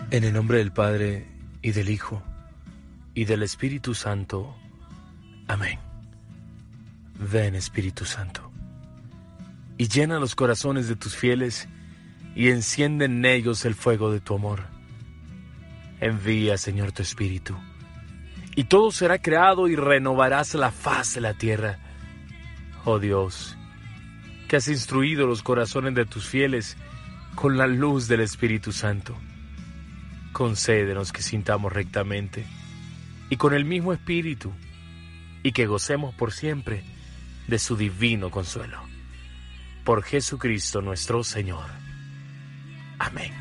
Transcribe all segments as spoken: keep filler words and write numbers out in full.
En el nombre del Padre, y del Hijo, y del Espíritu Santo. Amén. Ven, Espíritu Santo, y llena los corazones de tus fieles, y enciende en ellos el fuego de tu amor. Envía, Señor, tu Espíritu, y todo será creado y renovarás la faz de la tierra. Oh Dios, que has instruido los corazones de tus fieles con la luz del Espíritu Santo, concédenos que sintamos rectamente y con el mismo Espíritu, y que gocemos por siempre de su divino consuelo. Por Jesucristo nuestro Señor. Amén.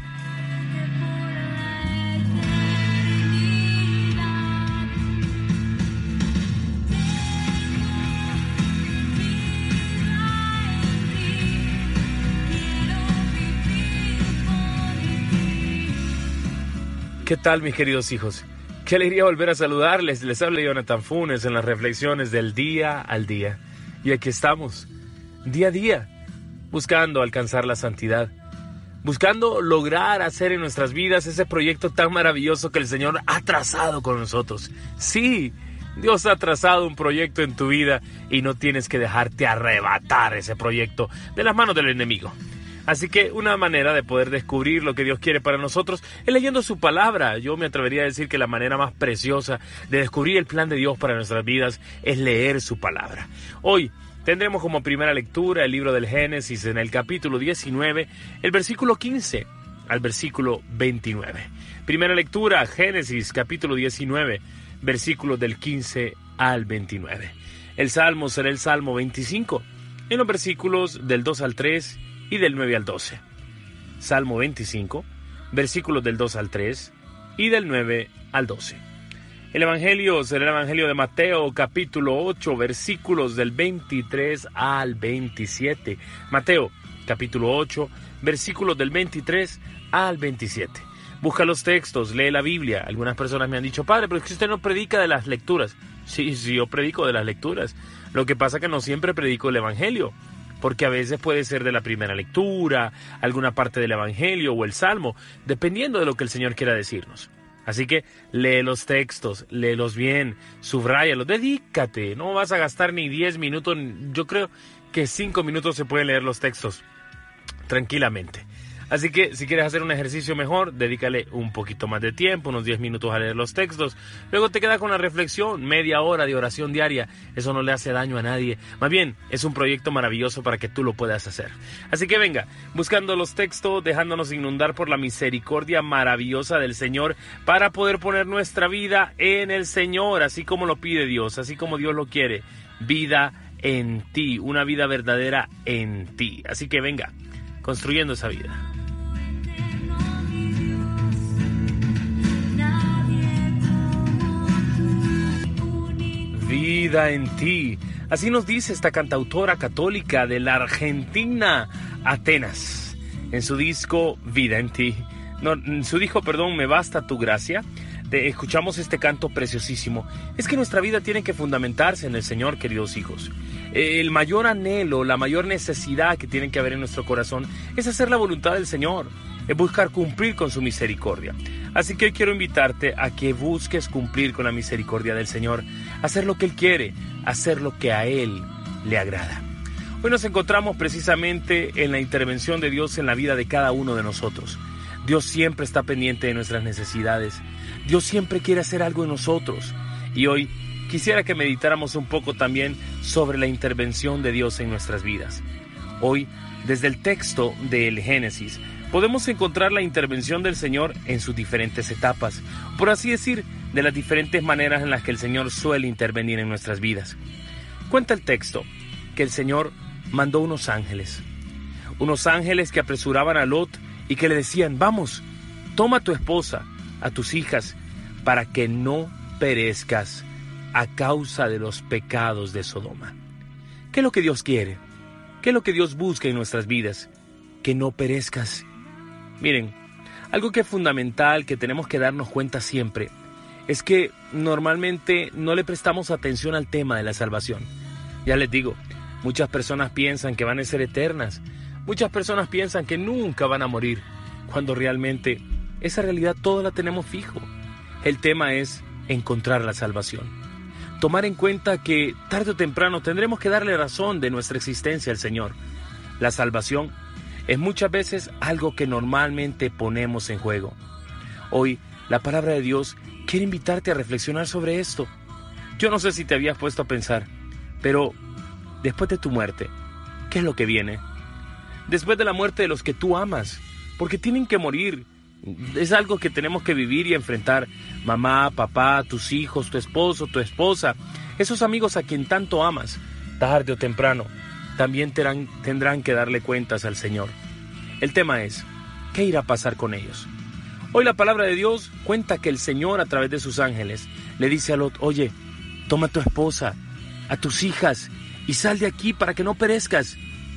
¿Qué tal, mis queridos hijos? Qué alegría volver a saludarles. Les habla Jonathan Funes en las reflexiones del día al día. Y aquí estamos, día a día, buscando alcanzar la santidad, buscando lograr hacer en nuestras vidas ese proyecto tan maravilloso que el Señor ha trazado con nosotros. Sí, Dios ha trazado un proyecto en tu vida y no tienes que dejarte arrebatar ese proyecto de las manos del enemigo. Así que una manera de poder descubrir lo que Dios quiere para nosotros es leyendo su palabra. Yo me atrevería a decir que la manera más preciosa de descubrir el plan de Dios para nuestras vidas es leer su palabra. Hoy tendremos como primera lectura el libro del Génesis en el capítulo diecinueve, el versículo quince al versículo veintinueve. Primera lectura, Génesis capítulo diecinueve, versículos del quince al veintinueve. El salmo será el Salmo veinticinco, en los versículos del dos al tres y del nueve al doce. Salmo veinticinco, versículos del dos al tres y del nueve al doce. El Evangelio será el Evangelio de Mateo, capítulo ocho, versículos del veintitrés al veintisiete. Mateo, capítulo ocho, versículos del veintitrés al veintisiete. Busca los textos, lee la Biblia. Algunas personas me han dicho: padre, pero es que usted no predica de las lecturas. Sí, sí, yo predico de las lecturas. Lo que pasa es que no siempre predico el Evangelio, porque a veces puede ser de la primera lectura, alguna parte del Evangelio o el Salmo, dependiendo de lo que el Señor quiera decirnos. Así que lee los textos, léelos bien, subráyalos, dedícate. No vas a gastar ni diez minutos, yo creo que cinco minutos se pueden leer los textos tranquilamente. Así que si quieres hacer un ejercicio mejor, dedícale un poquito más de tiempo, unos diez minutos a leer los textos. Luego te queda con la reflexión, media hora de oración diaria. Eso no le hace daño a nadie. Más bien, es un proyecto maravilloso para que tú lo puedas hacer. Así que venga, buscando los textos, dejándonos inundar por la misericordia maravillosa del Señor para poder poner nuestra vida en el Señor, así como lo pide Dios, así como Dios lo quiere. Vida en ti, una vida verdadera en ti. Así que venga, construyendo esa vida. Vida en ti. Así nos dice esta cantautora católica de la Argentina, Atenas, en su disco Vida en ti. No, en su disco, perdón, Me basta tu gracia. De, escuchamos este canto preciosísimo. Es que nuestra vida tiene que fundamentarse en el Señor, queridos hijos. El mayor anhelo, la mayor necesidad que tiene que haber en nuestro corazón es hacer la voluntad del Señor, es buscar cumplir con su misericordia. Así que hoy quiero invitarte a que busques cumplir con la misericordia del Señor, hacer lo que Él quiere, hacer lo que a Él le agrada. Hoy nos encontramos precisamente en la intervención de Dios en la vida de cada uno de nosotros. Dios siempre está pendiente de nuestras necesidades. Dios siempre quiere hacer algo en nosotros. Y hoy quisiera que meditáramos un poco también sobre la intervención de Dios en nuestras vidas. Hoy, desde el texto del Génesis, podemos encontrar la intervención del Señor en sus diferentes etapas, por así decir, de las diferentes maneras en las que el Señor suele intervenir en nuestras vidas. Cuenta el texto que el Señor mandó unos ángeles, unos ángeles que apresuraban a Lot y que le decían: vamos, toma a tu esposa, a tus hijas, para que no perezcas a causa de los pecados de Sodoma. ¿Qué es lo que Dios quiere? ¿Qué es lo que Dios busca en nuestras vidas? Que no perezcas. Miren, algo que es fundamental, que tenemos que darnos cuenta siempre, es que normalmente no le prestamos atención al tema de la salvación. Ya les digo, muchas personas piensan que van a ser eternas. Muchas personas piensan que nunca van a morir, cuando realmente esa realidad toda la tenemos fijo. El tema es encontrar la salvación. Tomar en cuenta que tarde o temprano tendremos que darle razón de nuestra existencia al Señor. La salvación es muchas veces algo que normalmente ponemos en juego. Hoy, la palabra de Dios quiere invitarte a reflexionar sobre esto. Yo no sé si te habías puesto a pensar, pero después de tu muerte, ¿qué es lo que viene? Después de la muerte de los que tú amas, porque tienen que morir. Es algo que tenemos que vivir y enfrentar. Mamá, papá, tus hijos, tu esposo, tu esposa, esos amigos a quien tanto amas, tarde o temprano, también tendrán, tendrán que darle cuentas al Señor. El tema es, ¿qué irá a pasar con ellos? Hoy la palabra de Dios cuenta que el Señor, a través de sus ángeles, le dice a Lot: oye, toma a tu esposa, a tus hijas, y sal de aquí para que no perezcas.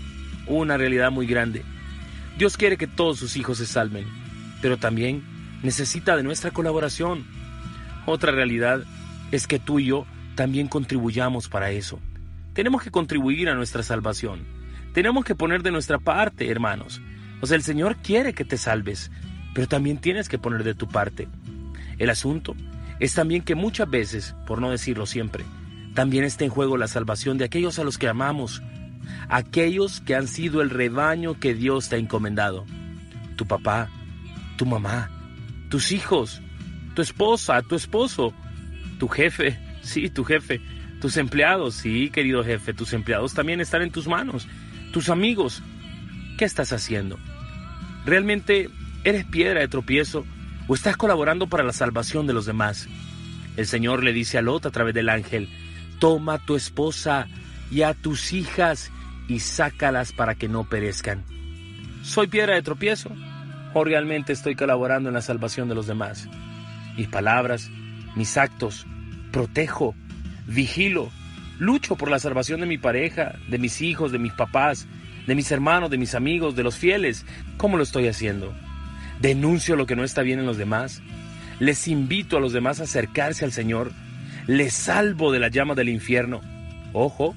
Una realidad muy grande. Dios quiere que todos sus hijos se salven, pero también necesita de nuestra colaboración. Otra realidad es que tú y yo también contribuyamos para eso. Tenemos que contribuir a nuestra salvación. Tenemos que poner de nuestra parte, hermanos. O sea, el Señor quiere que te salves, pero también tienes que poner de tu parte. El asunto es también que muchas veces, por no decirlo siempre, también está en juego la salvación de aquellos a los que amamos, aquellos que han sido el rebaño que Dios te ha encomendado. Tu papá, tu mamá, tus hijos, tu esposa, tu esposo, tu jefe, sí, tu jefe, tus empleados, sí, querido jefe, tus empleados también están en tus manos, tus amigos. ¿Qué estás haciendo? ¿Realmente eres piedra de tropiezo o estás colaborando para la salvación de los demás? El Señor le dice a Lot a través del ángel: toma a tu esposa y a tus hijas y sácalas para que no perezcan. ¿Soy piedra de tropiezo o realmente estoy colaborando en la salvación de los demás? Mis palabras, mis actos, protejo, vigilo, lucho por la salvación de mi pareja, de mis hijos, de mis papás, de mis hermanos, de mis amigos, de los fieles. ¿Cómo lo estoy haciendo? ¿Denuncio lo que no está bien en los demás? ¿Les invito a los demás a acercarse al Señor? ¿Les salvo de la llama del infierno? Ojo,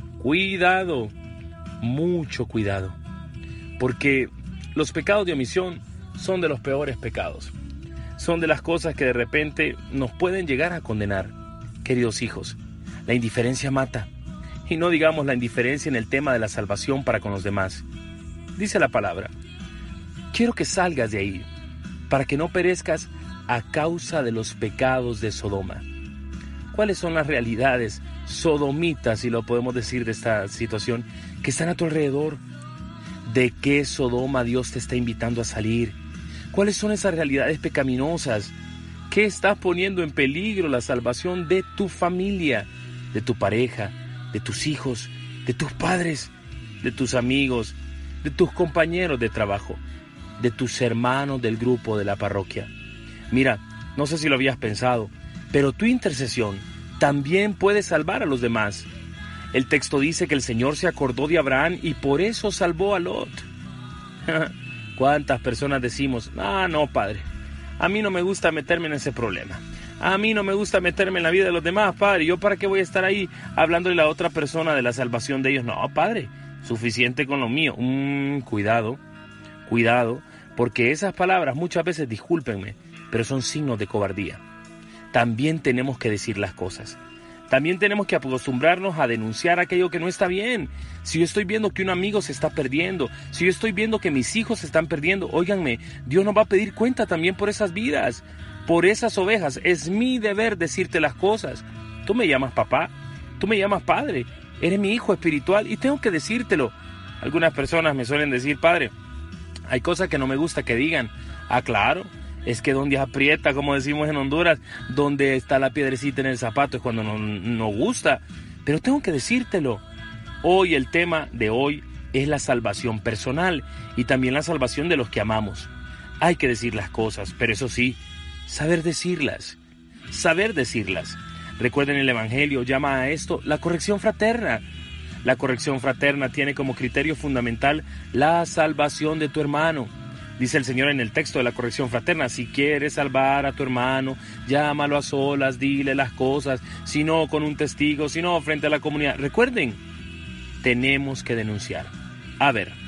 cuidado, mucho cuidado, porque los pecados de omisión son de los peores pecados. Son de las cosas que de repente nos pueden llegar a condenar. Queridos hijos, la indiferencia mata. Y no digamos la indiferencia en el tema de la salvación para con los demás. Dice la palabra: quiero que salgas de ahí, para que no perezcas a causa de los pecados de Sodoma. ¿Cuáles son las realidades sodomitas, si lo podemos decir, de esta situación, que están a tu alrededor? ¿De qué Sodoma Dios te está invitando a salir? ¿Cuáles son esas realidades pecaminosas? ¿Qué está poniendo en peligro la salvación de tu familia, de tu pareja, de tus hijos, de tus padres, de tus amigos, de tus compañeros de trabajo, de tus hermanos del grupo de la parroquia? Mira, no sé si lo habías pensado, pero tu intercesión también puede salvar a los demás. El texto dice que el Señor se acordó de Abraham y por eso salvó a Lot. ¿Cuántas personas decimos: ah, no, padre, a mí no me gusta meterme en ese problema, a mí no me gusta meterme en la vida de los demás, padre, ¿yo para qué voy a estar ahí hablándole a la otra persona de la salvación de ellos? No, padre, suficiente con lo mío. Mm, cuidado, cuidado, porque esas palabras muchas veces, discúlpenme, pero son signos de cobardía. También tenemos que decir las cosas. También tenemos que acostumbrarnos a denunciar aquello que no está bien. Si yo estoy viendo que un amigo se está perdiendo, si yo estoy viendo que mis hijos se están perdiendo, óiganme, Dios nos va a pedir cuenta también por esas vidas, por esas ovejas. Es mi deber decirte las cosas. Tú me llamas papá, tú me llamas padre, eres mi hijo espiritual y tengo que decírtelo. Algunas personas me suelen decir: padre, hay cosas que no me gusta que digan. Ah, claro. Es que donde aprieta, como decimos en Honduras, donde está la piedrecita en el zapato es cuando no, no gusta. Pero tengo que decírtelo. Hoy el tema de hoy es la salvación personal y también la salvación de los que amamos. Hay que decir las cosas, pero eso sí, saber decirlas. Saber decirlas. Recuerden, el Evangelio llama a esto la corrección fraterna. La corrección fraterna tiene como criterio fundamental la salvación de tu hermano. Dice el Señor en el texto de la corrección fraterna: si quieres salvar a tu hermano, llámalo a solas, dile las cosas, si no con un testigo, si no frente a la comunidad. Recuerden, tenemos que denunciar. A ver,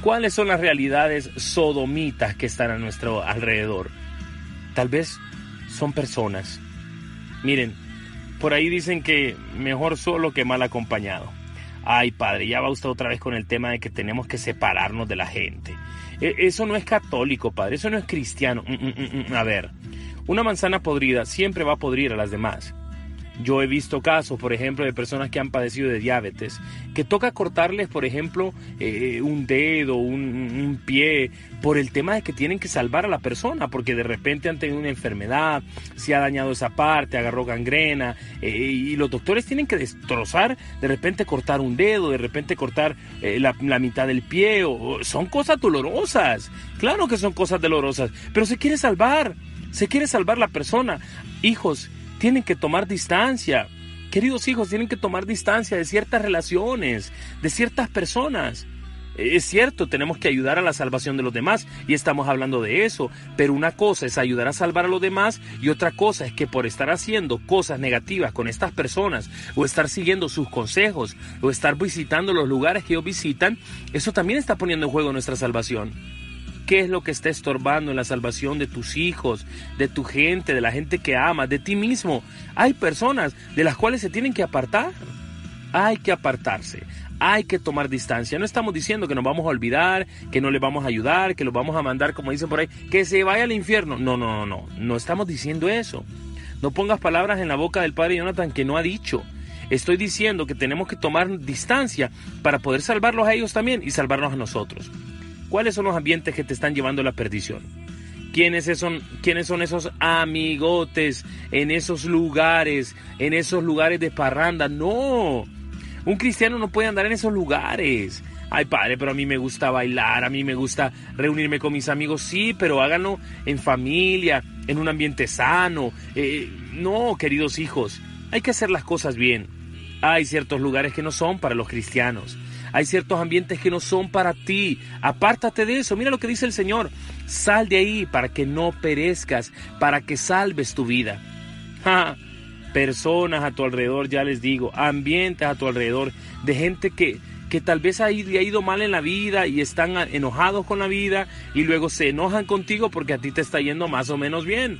¿Cuáles son las realidades sodomitas que están a nuestro alrededor? Tal vez son personas. Miren, por ahí dicen que mejor solo que mal acompañado. Ay, padre, ya va usted otra vez con el tema de que tenemos que separarnos de la gente. Eso no es católico, padre, eso no es cristiano. Mm, mm, mm, a ver, una manzana podrida siempre va a podrir a las demás. Yo he visto casos, por ejemplo, de personas que han padecido de diabetes, que toca cortarles, por ejemplo, eh, un dedo, un, un pie, por el tema de que tienen que salvar a la persona, porque de repente han tenido una enfermedad, se ha dañado esa parte, agarró gangrena, eh, y los doctores tienen que destrozar, de repente cortar un dedo, de repente cortar eh, la, la mitad del pie, o, o, son cosas dolorosas, claro que son cosas dolorosas, pero se quiere salvar, se quiere salvar la persona. Hijos, tienen que tomar distancia. Queridos hijos, tienen que tomar distancia de ciertas relaciones, de ciertas personas. Es cierto, tenemos que ayudar a la salvación de los demás y estamos hablando de eso, pero una cosa es ayudar a salvar a los demás y otra cosa es que por estar haciendo cosas negativas con estas personas o estar siguiendo sus consejos o estar visitando los lugares que ellos visitan, eso también está poniendo en juego nuestra salvación. ¿Qué es lo que está estorbando en la salvación de tus hijos, de tu gente, de la gente que amas, de ti mismo? Hay personas de las cuales se tienen que apartar. Hay que apartarse, hay que tomar distancia. No estamos diciendo que nos vamos a olvidar, que no le vamos a ayudar, que los vamos a mandar, como dicen por ahí, que se vaya al infierno. No, no, no, no, no estamos diciendo eso. No pongas palabras en la boca del padre Jonathan que no ha dicho. Estoy diciendo que tenemos que tomar distancia para poder salvarlos a ellos también y salvarnos a nosotros. ¿Cuáles son los ambientes que te están llevando a la perdición? ¿Quiénes son, ¿Quiénes son esos amigotes en esos lugares, en esos lugares de parranda? No, un cristiano no puede andar en esos lugares. Ay, padre, pero a mí me gusta bailar, a mí me gusta reunirme con mis amigos. Sí, pero háganlo en familia, en un ambiente sano. Eh, no, queridos hijos, hay que hacer las cosas bien. Hay ciertos lugares que no son para los cristianos. Hay ciertos ambientes que no son para ti. Apártate de eso. Mira lo que dice el Señor. Sal de ahí para que no perezcas, para que salves tu vida. Ja, personas a tu alrededor, ya les digo, ambientes a tu alrededor de gente que, que tal vez ha ido, ha ido mal en la vida y están enojados con la vida y luego se enojan contigo porque a ti te está yendo más o menos bien.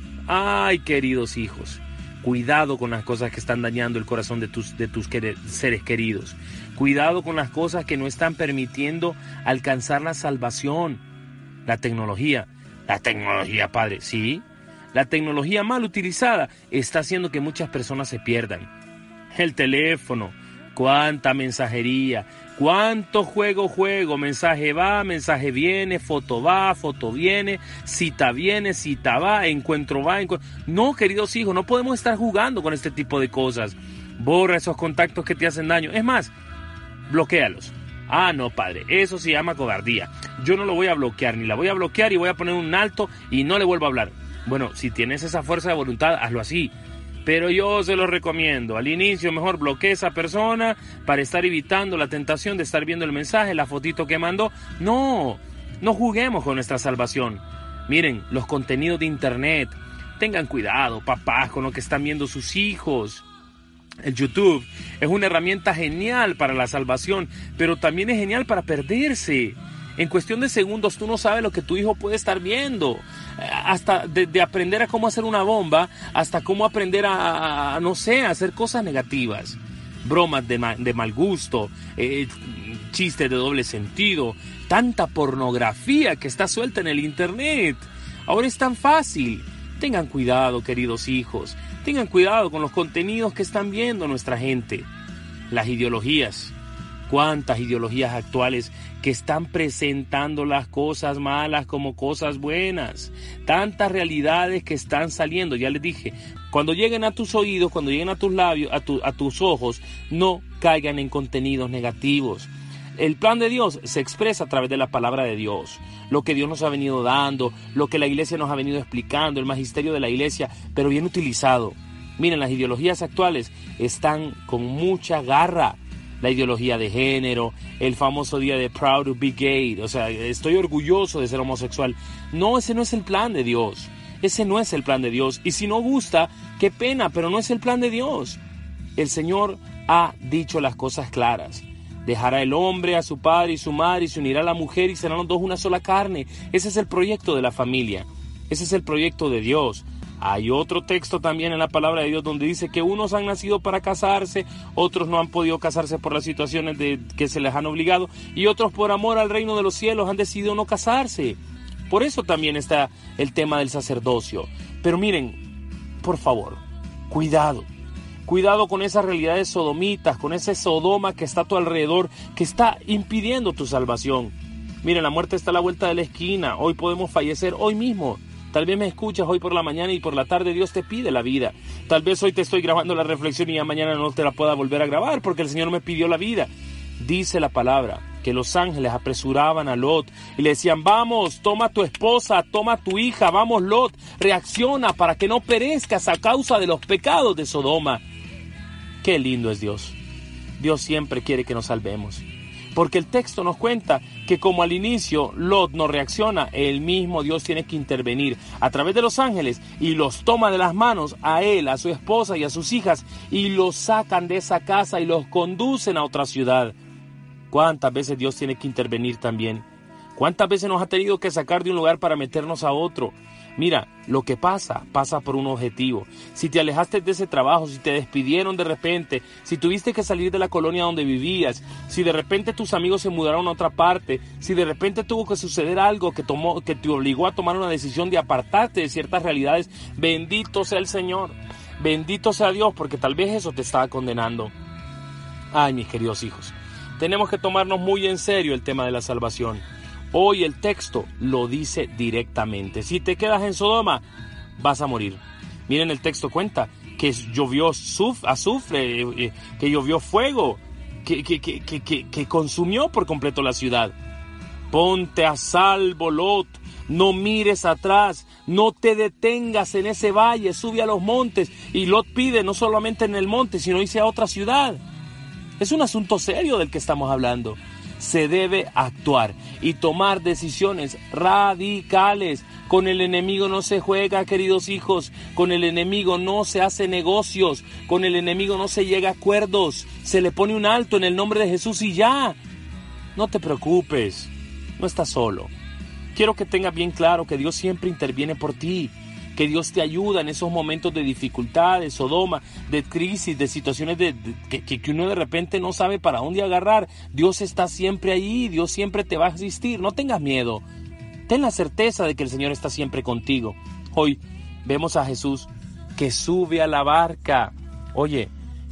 Ay, queridos hijos, cuidado con las cosas que están dañando el corazón de tus, de tus querer, seres queridos. Cuidado con las cosas que no están permitiendo alcanzar la salvación. La tecnología, la tecnología, padre, sí. La tecnología mal utilizada está haciendo que muchas personas se pierdan. El teléfono, cuánta mensajería, cuánto juego, juego, mensaje va, mensaje viene, foto va, foto viene, cita viene, cita va, encuentro va, encuentro... No, queridos hijos, no podemos estar jugando con este tipo de cosas. Borra esos contactos que te hacen daño. Es más, bloquéalos. Ah, no, padre, eso se llama cobardía. Yo no lo voy a bloquear, ni la voy a bloquear y voy a poner un alto y no le vuelvo a hablar. Bueno, si tienes esa fuerza de voluntad, hazlo así. Pero yo se lo recomiendo. Al inicio mejor bloquee a esa persona para estar evitando la tentación de estar viendo el mensaje, la fotito que mandó. No, no juguemos con nuestra salvación. Miren, los contenidos de internet. Tengan cuidado, papás, con lo que están viendo sus hijos. El YouTube es una herramienta genial para la salvación, pero también es genial para perderse. En cuestión de segundos tú no sabes lo que tu hijo puede estar viendo. Hasta de, de aprender a cómo hacer una bomba, hasta cómo aprender a, a no sé, a hacer cosas negativas. Bromas de, ma, de mal gusto, eh, chistes de doble sentido, tanta pornografía que está suelta en el internet. Ahora es tan fácil. Tengan cuidado, queridos hijos. Tengan cuidado con los contenidos que están viendo nuestra gente. Las ideologías. Cuántas ideologías actuales que están presentando las cosas malas como cosas buenas. Tantas realidades que están saliendo. Ya les dije, cuando lleguen a tus oídos, cuando lleguen a tus labios, a, tu, a tus ojos, no caigan en contenidos negativos. El plan de Dios se expresa a través de la palabra de Dios, lo que Dios nos ha venido dando, lo que la iglesia nos ha venido explicando, el magisterio de la iglesia, pero bien utilizado. Miren, las ideologías actuales están con mucha garra. La ideología de género, el famoso día de Proud to be Gay, o sea, estoy orgulloso de ser homosexual. No, ese no es el plan de Dios. Ese no es el plan de Dios. Y si no gusta, qué pena, pero no es el plan de Dios. El Señor ha dicho las cosas claras. Dejará el hombre a su padre y su madre y se unirá a la mujer y serán los dos una sola carne. Ese es el proyecto de la familia. Ese es el proyecto de Dios. Hay otro texto también en la palabra de Dios donde dice que unos han nacido para casarse, otros no han podido casarse por las situaciones de que se les han obligado y otros por amor al reino de los cielos han decidido no casarse. Por eso también está el tema del sacerdocio. Pero miren, por favor, cuidado. Cuidado con esas realidades sodomitas, con ese Sodoma que está a tu alrededor, que está impidiendo tu salvación. Miren, la muerte está a la vuelta de la esquina. Hoy podemos fallecer, hoy mismo. Tal vez me escuchas hoy por la mañana y por la tarde Dios te pide la vida. Tal vez hoy te estoy grabando la reflexión y ya mañana no te la pueda volver a grabar porque el Señor me pidió la vida. Dice la palabra que los ángeles apresuraban a Lot y le decían, vamos, toma tu esposa, toma tu hija, vamos Lot, reacciona para que no perezcas a causa de los pecados de Sodoma. Qué lindo es Dios. Dios siempre quiere que nos salvemos. Porque el texto nos cuenta que como al inicio Lot no reacciona, el mismo Dios tiene que intervenir a través de los ángeles y los toma de las manos a él, a su esposa y a sus hijas y los sacan de esa casa y los conducen a otra ciudad. ¿Cuántas veces Dios tiene que intervenir también? ¿Cuántas veces nos ha tenido que sacar de un lugar para meternos a otro? Mira, lo que pasa, pasa por un objetivo. Si te alejaste de ese trabajo, si te despidieron de repente, si tuviste que salir de la colonia donde vivías, si de repente tus amigos se mudaron a otra parte, si de repente tuvo que suceder algo que, tomó, que te obligó a tomar una decisión de apartarte de ciertas realidades, bendito sea el Señor, bendito sea Dios, porque tal vez eso te estaba condenando. Ay, mis queridos hijos, tenemos que tomarnos muy en serio el tema de la salvación. Hoy el texto lo dice directamente. Si te quedas en Sodoma, vas a morir. Miren, el texto cuenta que llovió azufre, que llovió fuego, que, que, que, que, que consumió por completo la ciudad. Ponte a salvo, Lot. No mires atrás, no te detengas en ese valle, sube a los montes. Y Lot pide no solamente en el monte, sino irse a otra ciudad. Es un asunto serio del que estamos hablando. Se debe actuar y tomar decisiones radicales. Con el enemigo no se juega, queridos hijos. Con el enemigo no se hace negocios. Con el enemigo no se llega a acuerdos. Se le pone un alto en el nombre de Jesús y ya. No te preocupes, no estás solo. Quiero que tengas bien claro que Dios siempre interviene por ti. Que Dios te ayuda en esos momentos de dificultad, de Sodoma, de crisis, de situaciones de, de, que, que uno de repente no sabe para dónde agarrar. Dios está siempre ahí, Dios siempre te va a asistir. No tengas miedo. Ten la certeza de que el Señor está siempre contigo. Hoy vemos a Jesús que sube a la barca. Oye,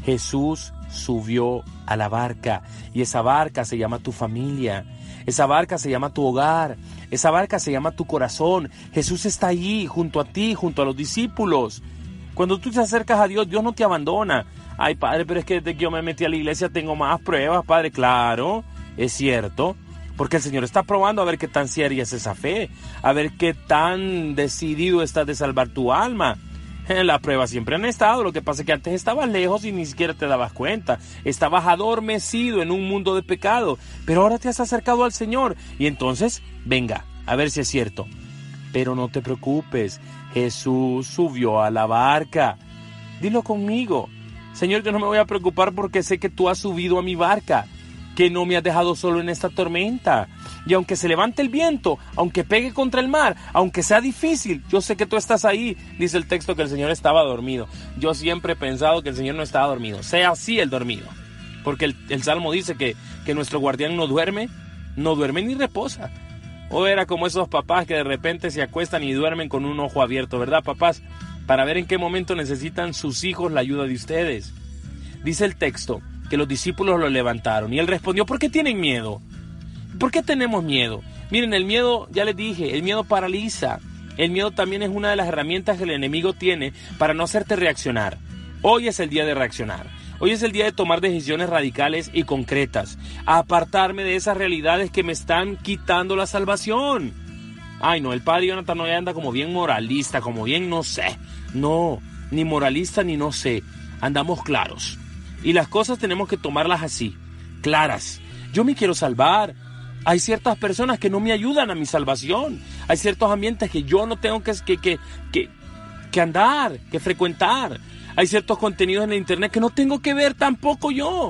Jesús subió a la barca y esa barca se llama tu familia. Esa barca se llama tu hogar, esa barca se llama tu corazón. Jesús está allí, junto a ti, junto a los discípulos. Cuando tú te acercas a Dios, Dios no te abandona. Ay, Padre, pero es que desde que yo me metí a la iglesia tengo más pruebas, Padre. Claro, es cierto, porque el Señor está probando a ver qué tan seria es esa fe, a ver qué tan decidido estás de salvar tu alma. Las pruebas siempre han estado, lo que pasa es que antes estabas lejos y ni siquiera te dabas cuenta. Estabas adormecido en un mundo de pecado, pero ahora te has acercado al Señor y entonces, venga, a ver si es cierto. Pero no te preocupes, Jesús subió a la barca. Dilo conmigo, Señor, yo no me voy a preocupar porque sé que tú has subido a mi barca, que no me has dejado solo en esta tormenta. Y aunque se levante el viento, aunque pegue contra el mar, aunque sea difícil, yo sé que tú estás ahí. Dice el texto que el Señor estaba dormido. Yo siempre he pensado que el Señor no estaba dormido. Sea así el dormido. Porque el, el Salmo dice que, que nuestro guardián no duerme, no duerme ni reposa. O era como esos papás que de repente se acuestan y duermen con un ojo abierto, ¿verdad, papás? Para ver en qué momento necesitan sus hijos la ayuda de ustedes. Dice el texto que los discípulos lo levantaron y él respondió, ¿por qué tienen miedo? ¿Por qué tenemos miedo? Miren, el miedo, ya les dije, el miedo paraliza. El miedo también es una de las herramientas que el enemigo tiene para no hacerte reaccionar. Hoy es el día de reaccionar. Hoy es el día de tomar decisiones radicales y concretas. A apartarme de esas realidades que me están quitando la salvación. Ay, no, el padre Jonathan no anda como bien moralista, como bien no sé. No, ni moralista ni no sé. Andamos claros. Y las cosas tenemos que tomarlas así, claras. Yo me quiero salvar. Hay ciertas personas que no me ayudan a mi salvación. Hay ciertos ambientes que yo no tengo que, que, que, que, que andar, que frecuentar. Hay ciertos contenidos en la internet que no tengo que ver tampoco yo.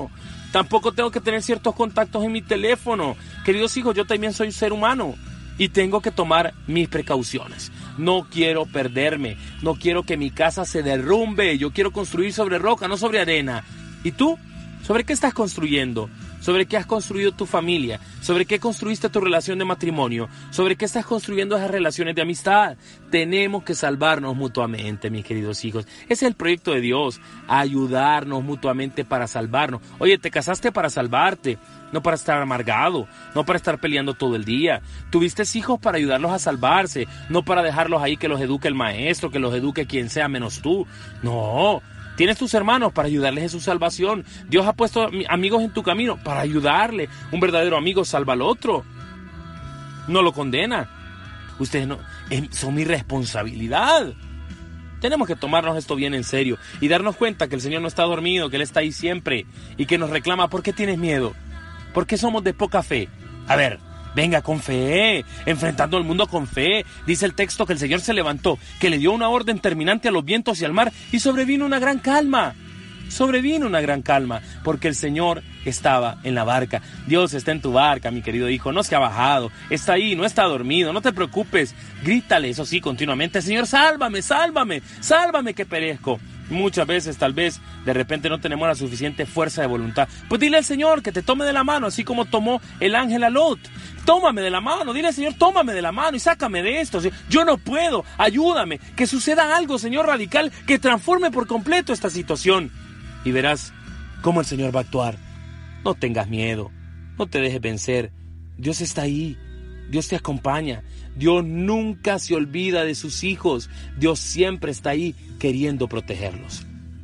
Tampoco tengo que tener ciertos contactos en mi teléfono. Queridos hijos, yo también soy un ser humano y tengo que tomar mis precauciones. No quiero perderme, no quiero que mi casa se derrumbe. Yo quiero construir sobre roca, no sobre arena. ¿Y tú? ¿Sobre qué estás construyendo? ¿Sobre qué has construido tu familia? ¿Sobre qué construiste tu relación de matrimonio? ¿Sobre qué estás construyendo esas relaciones de amistad? Tenemos que salvarnos mutuamente, mis queridos hijos. Ese es el proyecto de Dios, ayudarnos mutuamente para salvarnos. Oye, te casaste para salvarte, no para estar amargado, no para estar peleando todo el día. Tuviste hijos para ayudarlos a salvarse, no para dejarlos ahí que los eduque el maestro, que los eduque quien sea menos tú. No. Tienes tus hermanos para ayudarles en su salvación. Dios ha puesto amigos en tu camino para ayudarle. Un verdadero amigo salva al otro. No lo condena. Ustedes no, son mi responsabilidad. Tenemos que tomarnos esto bien en serio y darnos cuenta que el Señor no está dormido, que Él está ahí siempre y que nos reclama. ¿Por qué tienes miedo? ¿Por qué somos de poca fe? A ver, venga con fe, enfrentando al mundo con fe. Dice el texto que el Señor se levantó, que le dio una orden terminante a los vientos y al mar y sobrevino una gran calma. Sobrevino una gran calma porque el Señor estaba en la barca. Dios está en tu barca, mi querido hijo, no se ha bajado, está ahí, no está dormido, no te preocupes. Grítale, eso sí, continuamente: Señor, sálvame, sálvame, sálvame que perezco. Muchas veces, tal vez, de repente no tenemos la suficiente fuerza de voluntad. Pues dile al Señor que te tome de la mano, así como tomó el ángel a Lot. Tómame de la mano, dile al Señor, tómame de la mano y sácame de esto. Yo no puedo, ayúdame, que suceda algo, Señor, radical, que transforme por completo esta situación. Y verás cómo el Señor va a actuar. No tengas miedo, no te dejes vencer. Dios está ahí, Dios te acompaña. Dios nunca se olvida de sus hijos. Dios siempre está ahí queriendo protegerlos.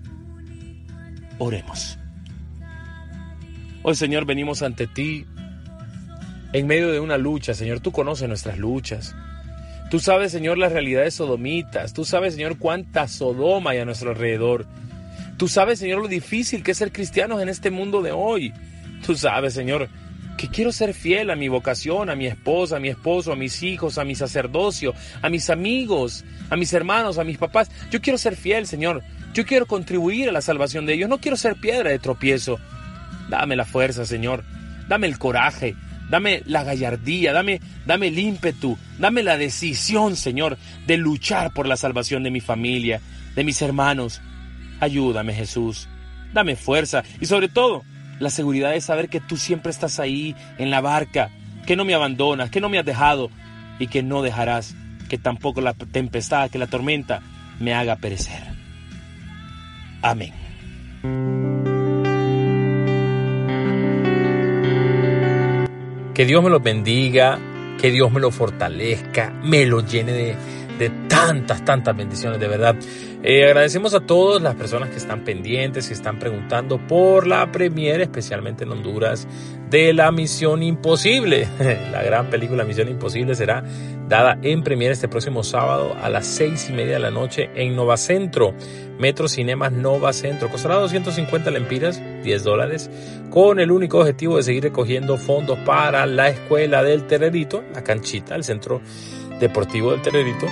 Oremos. Hoy, Señor, venimos ante ti en medio de una lucha. Señor, tú conoces nuestras luchas. Tú sabes, Señor, las realidades sodomitas. Tú sabes, Señor, cuánta Sodoma hay a nuestro alrededor. Tú sabes, Señor, lo difícil que es ser cristianos en este mundo de hoy. Tú sabes, Señor, que quiero ser fiel a mi vocación, a mi esposa, a mi esposo, a mis hijos, a mi sacerdocio, a mis amigos, a mis hermanos, a mis papás. Yo quiero ser fiel, Señor. Yo quiero contribuir a la salvación de ellos. No quiero ser piedra de tropiezo. Dame la fuerza, Señor. Dame el coraje. Dame la gallardía. Dame, dame el ímpetu. Dame la decisión, Señor, de luchar por la salvación de mi familia, de mis hermanos. Ayúdame, Jesús. Dame fuerza y sobre todo la seguridad de saber que tú siempre estás ahí en la barca, que no me abandonas, que no me has dejado y que no dejarás que tampoco la tempestad, que la tormenta me haga perecer. Amén. Que Dios me los bendiga, que Dios me lo fortalezca, me lo llene de, de tantas, tantas bendiciones, de verdad. Eh, agradecemos a todas las personas que están pendientes, que están preguntando por la premiere, especialmente en Honduras, de La Misión Imposible. La gran película Misión Imposible será dada en premiere este próximo sábado a las seis y media de la noche en Nova Centro, Metro Cinemas Nova Centro. Costará doscientos cincuenta lempiras, diez dólares, con el único objetivo de seguir recogiendo fondos para la Escuela del Terrerito, la canchita, el centro deportivo del Terrerito,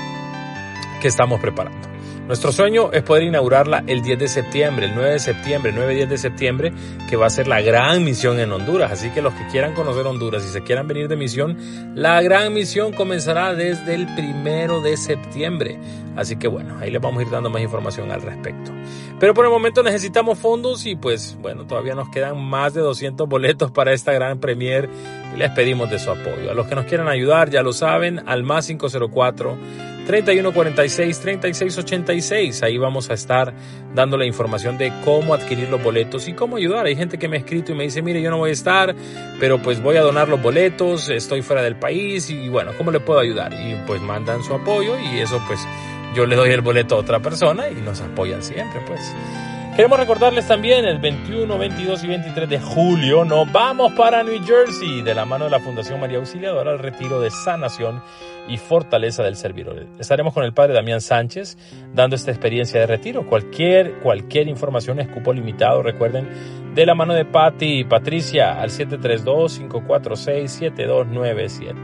que estamos preparando. Nuestro sueño es poder inaugurarla el diez de septiembre, el nueve de septiembre, nueve y diez de septiembre, que va a ser la gran misión en Honduras. Así que los que quieran conocer Honduras y se quieran venir de misión, la gran misión comenzará desde el primero de septiembre. Así que bueno, ahí les vamos a ir dando más información al respecto. Pero por el momento necesitamos fondos y pues bueno, todavía nos quedan más de doscientos boletos para esta gran premier y les pedimos de su apoyo. A los que nos quieran ayudar, ya lo saben, al más cinco cero cuatro, treinta y uno cuarenta y seis, treinta y seis ochenta y seis. Ahí vamos a estar dando la información de cómo adquirir los boletos y cómo ayudar. Hay gente que me ha escrito y me dice, mire, yo no voy a estar, pero pues voy a donar los boletos, estoy fuera del país y bueno, ¿cómo le puedo ayudar? Y pues mandan su apoyo y eso pues yo le doy el boleto a otra persona y nos apoyan siempre, pues. Queremos recordarles también el veintiuno, veintidós y veintitrés de julio nos vamos para New Jersey de la mano de la Fundación María Auxiliadora al retiro de sanación y fortaleza del servidor. Estaremos con el padre Damián Sánchez dando esta experiencia de retiro. Cualquier, cualquier información es cupo limitado, recuerden, de la mano de Patti y Patricia al siete tres dos, cinco cuatro seis, siete dos nueve siete.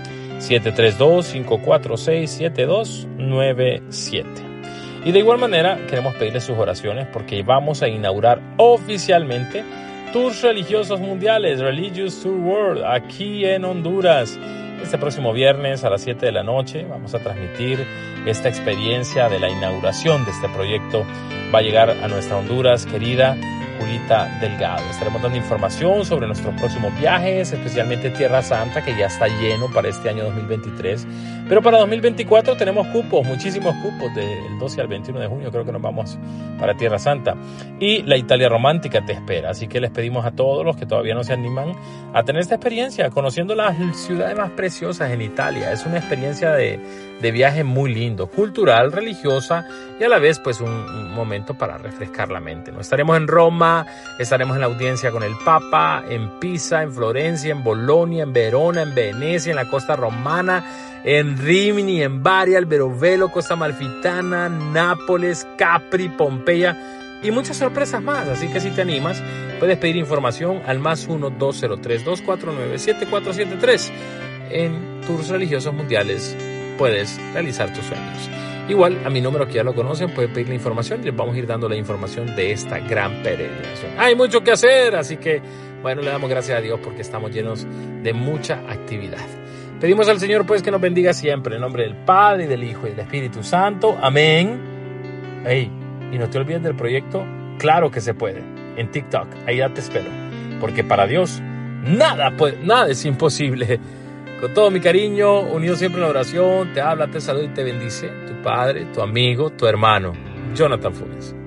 siete tres dos, cinco cuatro seis, siete dos nueve siete. Y de igual manera queremos pedirles sus oraciones porque vamos a inaugurar oficialmente Tours Religiosos Mundiales, Religious Tour World, aquí en Honduras. Este próximo viernes a las siete de la noche vamos a transmitir esta experiencia de la inauguración de este proyecto. Va a llegar a nuestra Honduras querida Julita Delgado. Estaremos dando información sobre nuestros próximos viajes, especialmente Tierra Santa, que ya está lleno para este año dos mil veintitrés. Pero para dos mil veinticuatro tenemos cupos, muchísimos cupos, del doce al veintiuno de junio creo que nos vamos para Tierra Santa. Y la Italia romántica te espera, así que les pedimos a todos los que todavía no se animan a tener esta experiencia, conociendo las ciudades más preciosas en Italia. Es una experiencia de, de viaje muy lindo, cultural, religiosa y a la vez pues un, un momento para refrescar la mente, ¿no? Estaremos en Roma, estaremos en la audiencia con el Papa, en Pisa, en Florencia, en Bolonia, en Verona, en Venecia, en la costa romana, en Rimini, en Bari, Alberobello, Costa Amalfitana, Nápoles, Capri, Pompeya y muchas sorpresas más. Así que si te animas, puedes pedir información al más uno dos cero tres dos cuatro nueve siete cuatro siete tres. En Tours Religiosos Mundiales puedes realizar tus sueños. Igual, a mi número que ya lo conocen, pueden pedir la información y les vamos a ir dando la información de esta gran peregrinación. Hay mucho que hacer, así que, bueno, le damos gracias a Dios porque estamos llenos de mucha actividad. Pedimos al Señor, pues, que nos bendiga siempre, en nombre del Padre, y del Hijo, y del Espíritu Santo. Amén. Hey, y no te olvides del proyecto Claro que se puede, en TikTok. Ahí ya te espero, porque para Dios nada, puede, nada es imposible. Con todo mi cariño, unido siempre en la oración, te habla, te saluda y te bendice tu padre, tu amigo, tu hermano, Jonathan Funes.